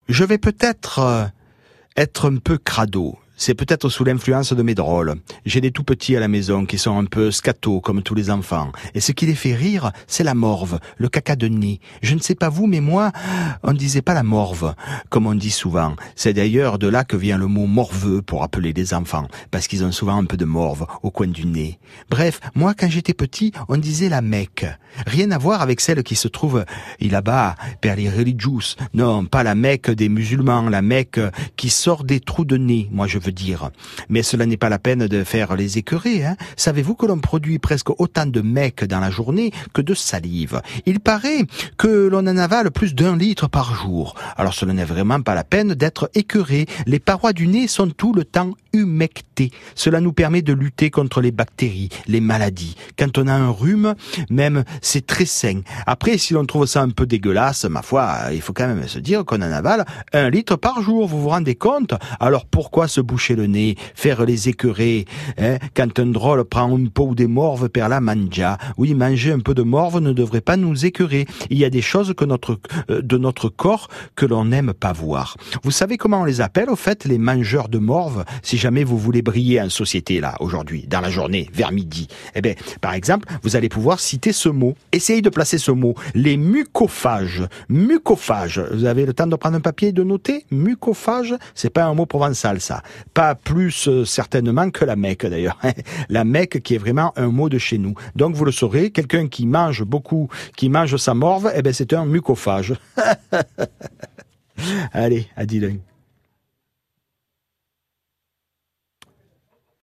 Je vais peut-être être un peu crado. C'est peut-être sous l'influence de mes drôles. J'ai des tout petits à la maison qui sont un peu scato comme tous les enfants. Et ce qui les fait rire, c'est la morve, le caca de nez. Je ne sais pas vous, mais moi, on ne disait pas la morve, comme on dit souvent. C'est d'ailleurs de là que vient le mot morveux pour appeler les enfants, parce qu'ils ont souvent un peu de morve au coin du nez. Bref, moi, quand j'étais petit, on disait la Mecque. Rien à voir avec celle qui se trouve là-bas, per les religious. Non, pas la Mecque des musulmans, la Mecque qui sort des trous de nez, moi je veux dire. Mais cela n'est pas la peine de faire les écœurer, hein. Savez-vous que l'on produit presque autant de Mecque dans la journée que de salive? Il paraît que l'on en avale plus d'1 litre par jour. Alors cela n'est vraiment pas la peine d'être écœuré. Les parois du nez sont tout le temps humectées. Cela nous permet de lutter contre les bactéries, les maladies. Quand on a un rhume, même, c'est très sain. Après, si l'on trouve ça un peu dégueulasse, ma foi, il faut quand même se dire qu'on en avale 1 litre par jour. Vous vous rendez compte? Alors pourquoi se boucher le nez, faire les écœurer, hein, quand un drôle prend un pot des morves per la mangia? Oui, manger un peu de morve ne devrait pas nous écœurer. Il y a des choses que de notre corps que l'on n'aime pas voir. Vous savez comment on les appelle, au fait, les mangeurs de morve, si jamais vous voulez briller en société, là, aujourd'hui, dans la journée, vers midi? Eh bien, par exemple, vous allez pouvoir citer ce mot. Essayez de placer ce mot. Les mucophages. Mucophages. Vous avez le temps de prendre un papier et de noter? Mucophage, c'est pas un mot provençal, ça. Pas plus certainement que la Mecque d'ailleurs. La Mecque qui est vraiment un mot de chez nous. Donc vous le saurez, quelqu'un qui mange beaucoup, qui mange sa morve, eh ben c'est un mucophage. Allez, à Dylan.